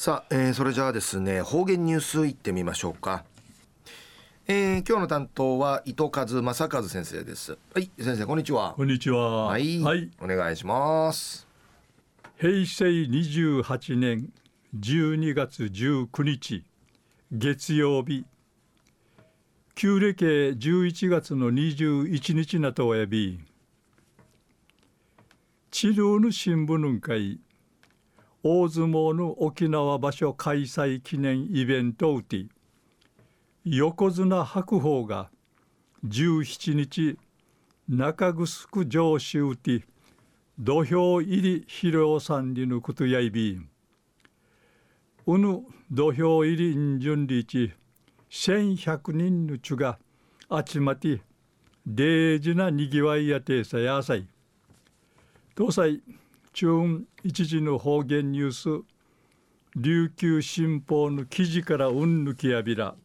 さあ、それじゃあですね、方言ニュースいってみましょうか。今日の担当は糸数正和先生です。はい、先生こんにちは。 こんにちは。 はい、お願いします。 平成28年12月19日月曜日、旧暦11月の21日なとおやび、治療の新聞会大相撲の沖縄場所開催記念イベントうて、横綱白鵬が17日中城城市うて土俵入り披露さんりのことやいびん、うぬ土俵入りんじゅんりち1100人のちゅが集まって大事なにぎわいやてさやさい東西中一時の方言ニュース琉球新報の記事からうんぬきやびら、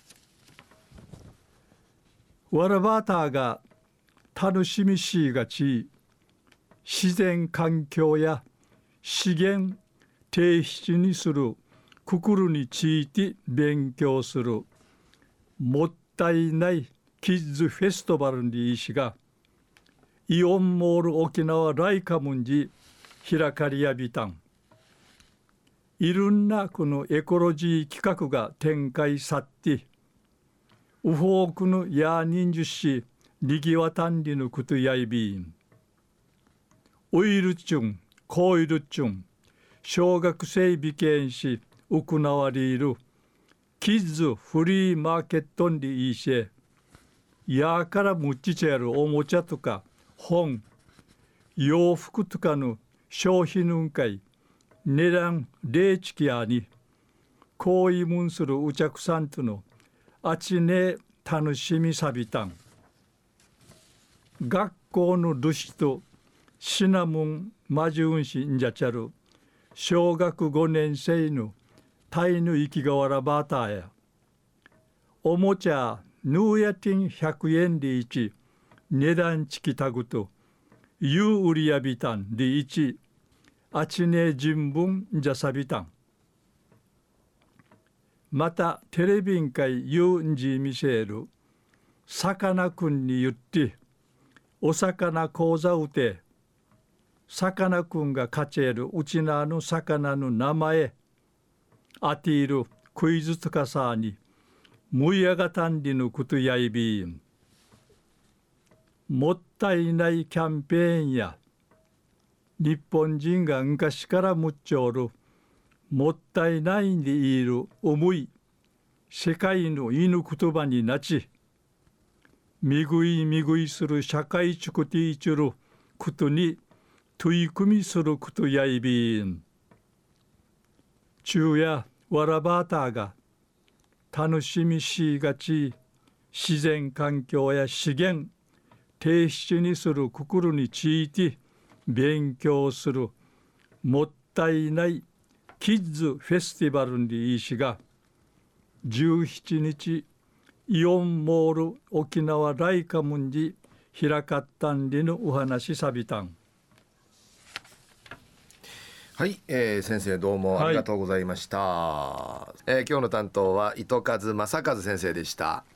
わらばたが楽しみしがち自然環境や資源提出にするくくるについて勉強するもったいないキッズフェスティバルにいしがイオンモール沖縄ライカムンジ開かりやびたん、いろんなこのエコロジー企画が展開さってウホークのや人樹しにぎわたんりのことやいびん、オイルチュンコイルチュン小学生美見し行われるキッズフリーマーケットにいいし、やからむっちちゃるおもちゃとか本洋服とかの消費ぬんかい値段レチキやにこういむんするうちゃくさんとのあちね楽しみさびたん、学校のルシとシナモンマジュンシンジャチャル小学5年生のタイの生きがわらバーターやおもちゃヌーヤティン100円で1値段チキタグとユーウリヤビタンで1あちね人文じゃさびたん、またテレビン会ユーンジミシェルさかなくんに言ってお魚講座うてさかなクンがかちえるうちなの魚の名前あているクイズとかさにむやがたんりのことやいびん、もったいないキャンペーンや日本人が昔からむっちょるもったいないんでいる思い世界の犬言葉になちみぐいみぐいする社会チュクティーチュルことに取り組みすることやいびん、昼夜わらばたが楽しみしがち自然環境や資源提出にするくくるについて勉強するもったいないキッズフェスティバルにいいしが17日イオンモール沖縄ライカムンジ開かったんりのお話さびたん。 はい、先生どうもありがとうございました。今日の担当は糸数正和先生でした。